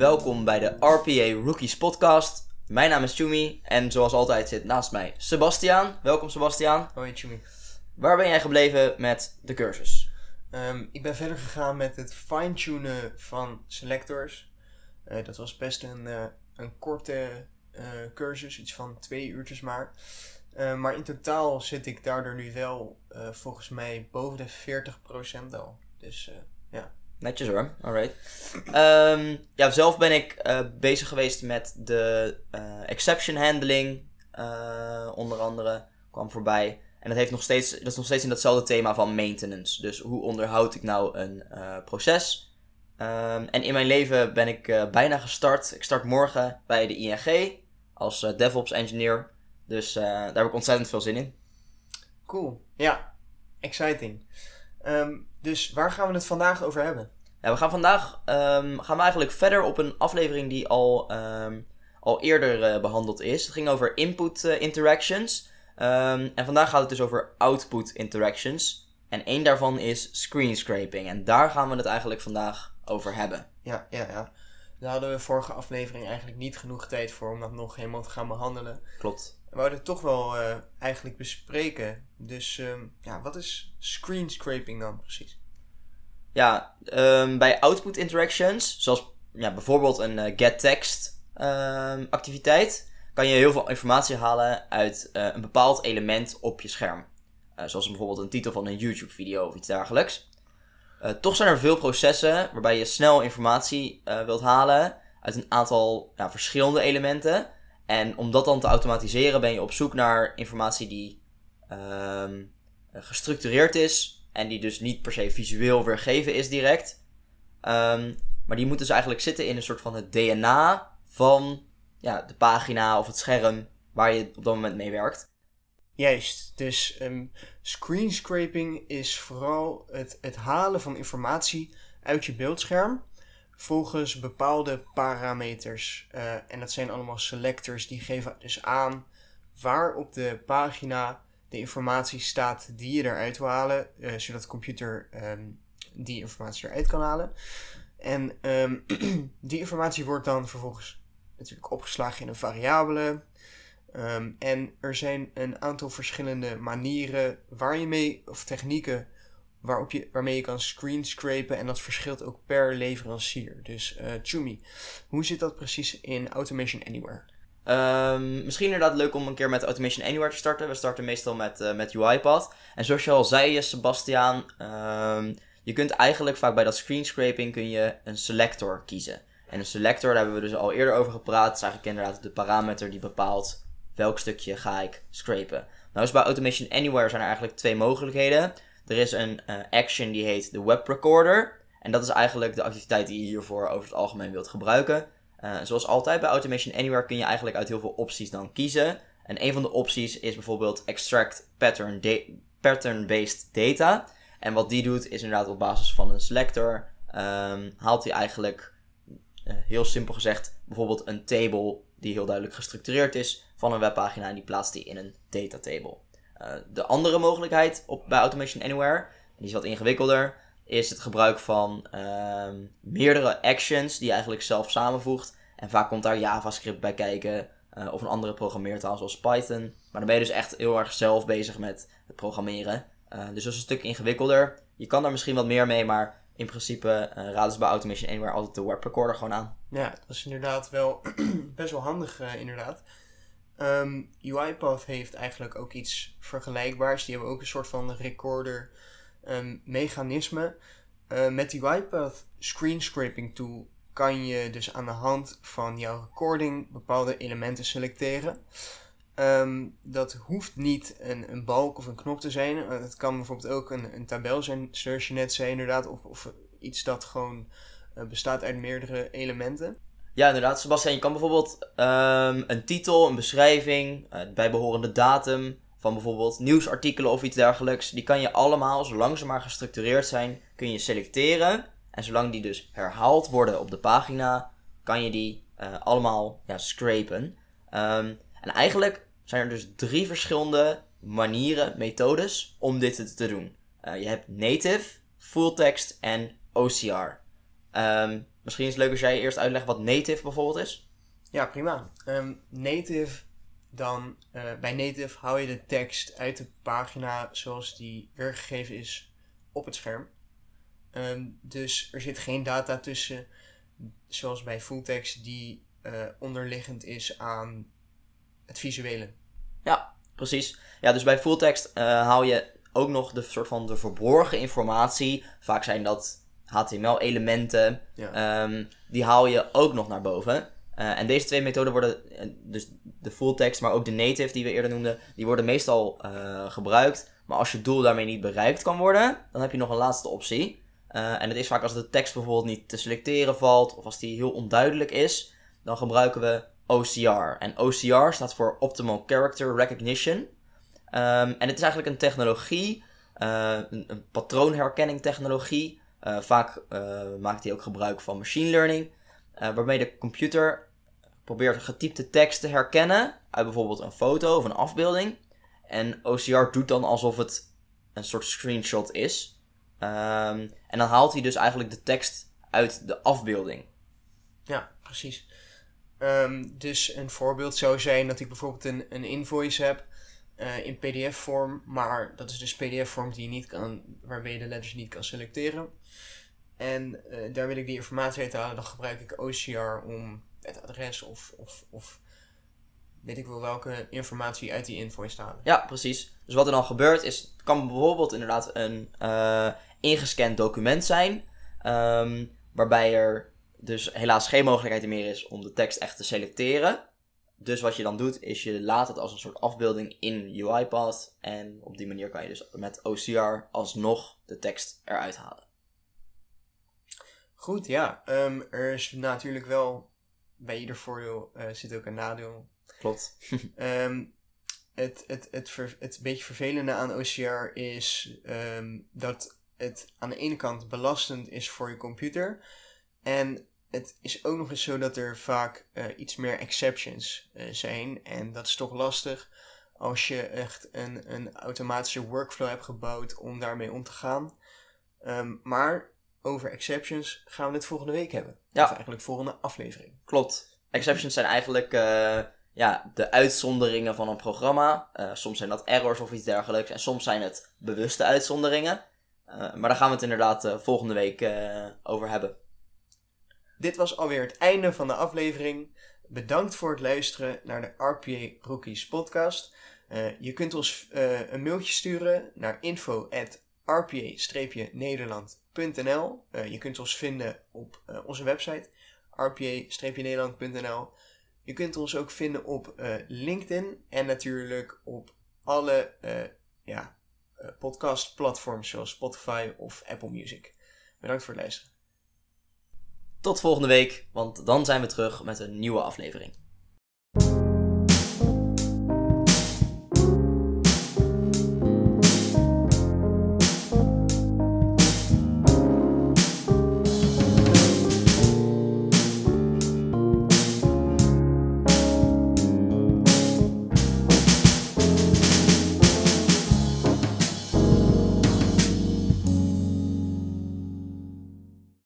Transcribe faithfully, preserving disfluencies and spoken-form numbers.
welkom bij de R P A Rookies podcast. Mijn naam is Tjumi en zoals altijd zit naast mij Sebastiaan. Welkom Sebastiaan. Hoi Tjumi. Waar ben jij gebleven met de cursus? Um, ik ben verder gegaan met het fine-tunen van selectors. Uh, dat was best een, uh, een korte uh, cursus, iets van twee uurtjes maar. Uh, maar in totaal zit ik daardoor nu wel uh, volgens mij boven de veertig procent al. Dus uh, ja. Netjes hoor, alright. Um, ja, zelf ben ik uh, bezig geweest met de uh, exception handling, uh, onder andere, kwam voorbij. En dat, heeft nog steeds, dat is nog steeds in datzelfde thema van maintenance. Dus hoe onderhoud ik nou een uh, proces? Um, en in mijn leven ben ik uh, bijna gestart. Ik start morgen bij de I N G als uh, DevOps engineer. Dus uh, daar heb ik ontzettend veel zin in. Cool, ja, exciting. Um, dus waar gaan we het vandaag over hebben? Ja, we gaan vandaag um, gaan we eigenlijk verder op een aflevering die al, um, al eerder uh, behandeld is. Het ging over input uh, interactions. Um, en vandaag gaat het dus over output interactions. En één daarvan is screen scraping. En daar gaan we het eigenlijk vandaag over hebben. Ja, ja, ja. Daar hadden we vorige aflevering eigenlijk niet genoeg tijd voor om dat nog helemaal te gaan behandelen. Klopt. We wouden het toch wel uh, eigenlijk bespreken. Dus um, ja, wat is screen scraping dan precies? Ja, um, bij output interactions, zoals ja, bijvoorbeeld een uh, getText um, activiteit, kan je heel veel informatie halen uit uh, een bepaald element op je scherm. Uh, zoals bijvoorbeeld een titel van een YouTube video of iets dergelijks. Uh, toch zijn er veel processen waarbij je snel informatie uh, wilt halen uit een aantal ja, verschillende elementen. En om dat dan te automatiseren ben je op zoek naar informatie die um, gestructureerd is. En die dus niet per se visueel weergeven is direct. Um, maar die moet dus eigenlijk zitten in een soort van het D N A van ja, de pagina of het scherm waar je op dat moment mee werkt. Juist, dus um, screen scraping is vooral het, het halen van informatie uit je beeldscherm volgens bepaalde parameters. Uh, en dat zijn allemaal selectors die geven dus aan waar op de pagina de informatie staat die je eruit wil halen, uh, zodat de computer um, die informatie eruit kan halen. En um, die informatie wordt dan vervolgens natuurlijk opgeslagen in een variabele. Um, en er zijn een aantal verschillende manieren waar je mee, of technieken waarop je, waarmee je kan screen scrapen. En dat verschilt ook per leverancier. Dus uh, Tjumi, hoe zit dat precies in Automation Anywhere? Um, misschien inderdaad leuk om een keer met Automation Anywhere te starten. We starten meestal met, uh, met UiPath. En zoals je al zei, Sebastiaan, um, je kunt eigenlijk vaak bij dat screen scraping kun je een selector kiezen. En een selector, daar hebben we dus al eerder over gepraat. Het is eigenlijk inderdaad de parameter die bepaalt welk stukje ga ik scrapen. Nou is bij Automation Anywhere zijn er eigenlijk twee mogelijkheden. Er is een uh, action die heet de web recorder. En dat is eigenlijk de activiteit die je hiervoor over het algemeen wilt gebruiken. Uh, zoals altijd bij Automation Anywhere kun je eigenlijk uit heel veel opties dan kiezen. En een van de opties is bijvoorbeeld extract pattern da- pattern-based data. En wat die doet is inderdaad op basis van een selector um, haalt hij eigenlijk, uh, heel simpel gezegd, bijvoorbeeld een table die heel duidelijk gestructureerd is van een webpagina en die plaatst die in een data table. Uh, de andere mogelijkheid op, bij Automation Anywhere, en die is wat ingewikkelder, is het gebruik van um, meerdere actions die je eigenlijk zelf samenvoegt. En vaak komt daar JavaScript bij kijken uh, of een andere programmeertaal zoals Python. Maar dan ben je dus echt heel erg zelf bezig met het programmeren. Uh, dus dat is een stuk ingewikkelder. Je kan daar misschien wat meer mee, maar in principe uh, raden ze bij Automation Anywhere altijd de web recorder gewoon aan. Ja, dat is inderdaad wel best wel handig uh, inderdaad. Um, UiPath heeft eigenlijk ook iets vergelijkbaars. Die hebben ook een soort van recorder um, mechanisme. Uh, met die UiPath screen scraping tool kan je dus aan de hand van jouw recording bepaalde elementen selecteren. Um, dat hoeft niet een, een balk of een knop te zijn. Uh, het kan bijvoorbeeld ook een, een tabel zijn, zoals je net zei inderdaad. Of, of iets dat gewoon uh, bestaat uit meerdere elementen. Ja, inderdaad. Sebastian, je kan bijvoorbeeld um, een titel, een beschrijving, uh, bijbehorende datum van bijvoorbeeld nieuwsartikelen of iets dergelijks. Die kan je allemaal, zolang ze maar gestructureerd zijn, kun je selecteren. En zolang die dus herhaald worden op de pagina, kan je die uh, allemaal ja, scrapen. Um, en eigenlijk zijn er dus drie verschillende manieren, methodes, om dit te doen. Uh, je hebt native, full text en O C R. Um, misschien is het leuk als jij eerst uitlegt wat native bijvoorbeeld is. Ja, prima. Um, native, dan uh, bij native hou je de tekst uit de pagina zoals die weergegeven is op het scherm. Um, dus er zit geen data tussen, zoals bij fulltext, die uh, onderliggend is aan het visuele. Ja, precies. Ja, dus bij fulltext uh, haal je ook nog de soort van de verborgen informatie. Vaak zijn dat H T M L-elementen. Ja. Um, die haal je ook nog naar boven. Uh, en deze twee methoden worden, uh, dus de fulltext, maar ook de native die we eerder noemden, die worden meestal uh, gebruikt. Maar als je doel daarmee niet bereikt kan worden, dan heb je nog een laatste optie. Uh, en het is vaak als de tekst bijvoorbeeld niet te selecteren valt, of als die heel onduidelijk is, dan gebruiken we O C R. En O C R staat voor Optimal Character Recognition. Um, en het is eigenlijk een technologie, uh, een, een patroonherkenning technologie. Uh, vaak uh, maakt hij ook gebruik van machine learning. Uh, waarmee de computer probeert getypte tekst te herkennen uit bijvoorbeeld een foto of een afbeelding. En O C R doet dan alsof het een soort screenshot is. Um, en dan haalt hij dus eigenlijk de tekst uit de afbeelding. Ja, precies. Um, dus een voorbeeld zou zijn dat ik bijvoorbeeld een, een invoice heb uh, in P D F-vorm, maar dat is dus P D F-vorm die je niet kan, waarbij je de letters niet kan selecteren. En uh, daar wil ik die informatie uit halen, dan gebruik ik O C R om het adres of, of, of weet ik wel welke informatie uit die invoice te halen. Ja, precies. Dus wat er dan gebeurt is, het kan bijvoorbeeld inderdaad een uh, ingescand document zijn, um, waarbij er dus helaas geen mogelijkheid meer is om de tekst echt te selecteren. Dus wat je dan doet, is je laat het als een soort afbeelding in UiPath. En op die manier kan je dus met O C R alsnog de tekst eruit halen. Goed, ja. Um, er is natuurlijk wel, bij ieder voordeel uh, zit ook een nadeel. Klopt. um, het, het, het, ver, het beetje vervelende aan O C R is um, dat het aan de ene kant belastend is voor je computer. En het is ook nog eens zo dat er vaak uh, iets meer exceptions uh, zijn. En dat is toch lastig als je echt een, een automatische workflow hebt gebouwd om daarmee om te gaan. Um, maar over exceptions gaan we het volgende week hebben. Ja. Of eigenlijk volgende aflevering. Klopt. Exceptions zijn eigenlijk uh, ja, de uitzonderingen van een programma. Uh, soms zijn dat errors of iets dergelijks. En soms zijn het bewuste uitzonderingen. Uh, maar daar gaan we het inderdaad uh, volgende week uh, over hebben. Dit was alweer het einde van de aflevering. Bedankt voor het luisteren naar de R P A Rookies podcast. Uh, je kunt ons uh, een mailtje sturen naar info at r p a dash nederland punt n l. Uh, je kunt ons vinden op uh, onze website r p a dash nederland punt n l. Je kunt ons ook vinden op uh, LinkedIn en natuurlijk op alle uh, ja, uh, podcastplatforms zoals Spotify of Apple Music. Bedankt voor het luisteren. Tot volgende week, want dan zijn we terug met een nieuwe aflevering.